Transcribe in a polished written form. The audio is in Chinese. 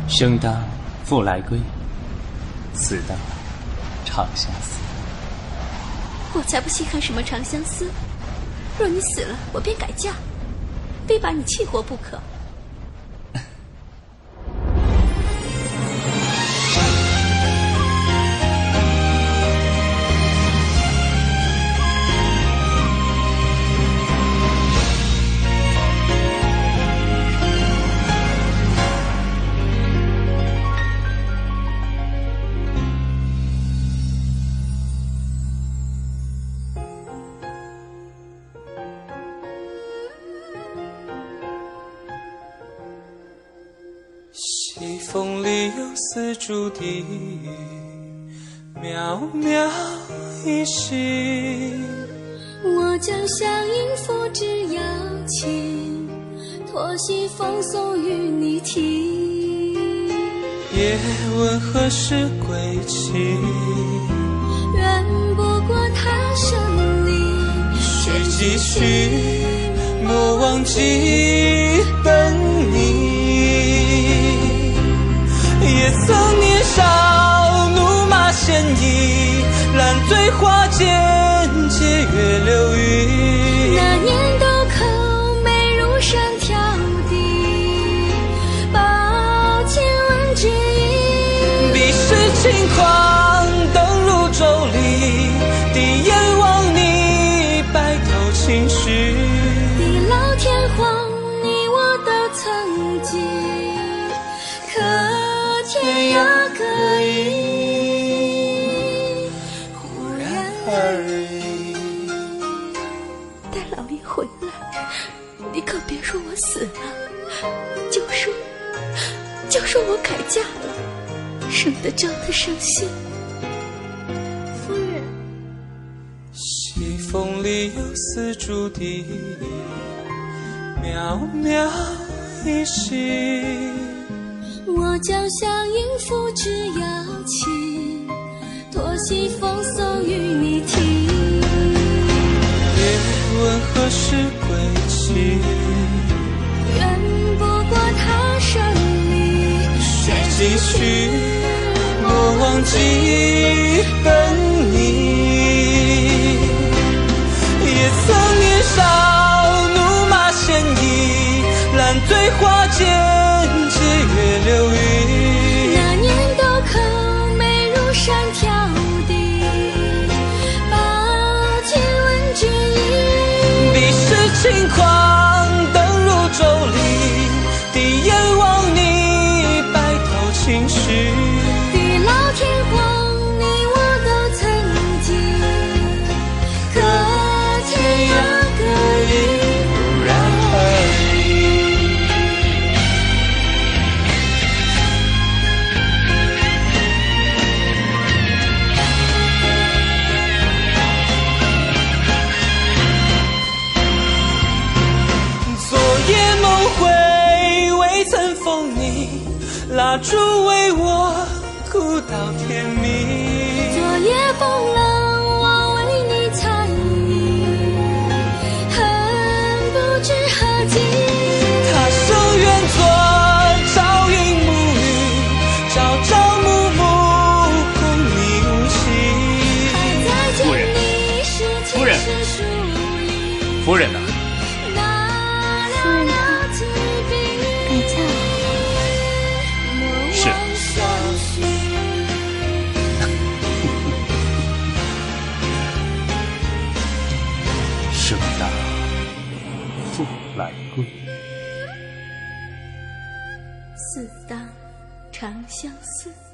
生当复来归，死当长相思。 我才不稀罕什么长相思，若你死了，我便改嫁，非把你气活不可。 西风里有丝竹笛，渺渺一息。 我将相迎复之邀请，托西风送与你听。 夜问何时归期， 愿不过他生离。 须继续，莫忘记等你。也曾年少，怒马鲜衣，烂醉花间，借月流雨。 那年豆蔻美如山挑地，抱千万之意。 彼时轻狂，灯如妯娌，低眼望你，白头情绪。 地老天荒，你我都曾经，可天涯各异，忽然而已。 待老爷回来，你可别说我死了，就说我改嫁了，省得叫他伤心。 夫人， 西风里有丝竹笛，渺渺一息。 我将相迎复之邀请，托西风送与你听。 夜问何时归期， 愿不过他生离。 须继续，莫忘记等你。也曾年少，怒马鲜衣，烂醉花间，借月流雨。 那年豆蔻美如山挑地，抱千万之意。 彼时轻狂，灯如妯娌，低眼望你，白头情绪。 地老天荒，你我都曾经，可天涯各异。 忽然而已。昨夜梦回，未曾逢你，蜡烛为我哭到天明。 昨夜风冷，我为你残影，恨不知何尽。 他生愿做朝云暮雨，朝朝暮暮，共你无期。 再见你是前夫人世疏离。 夫人呐， 夫人她改嫁了。 是生当复来归， 死当长相思。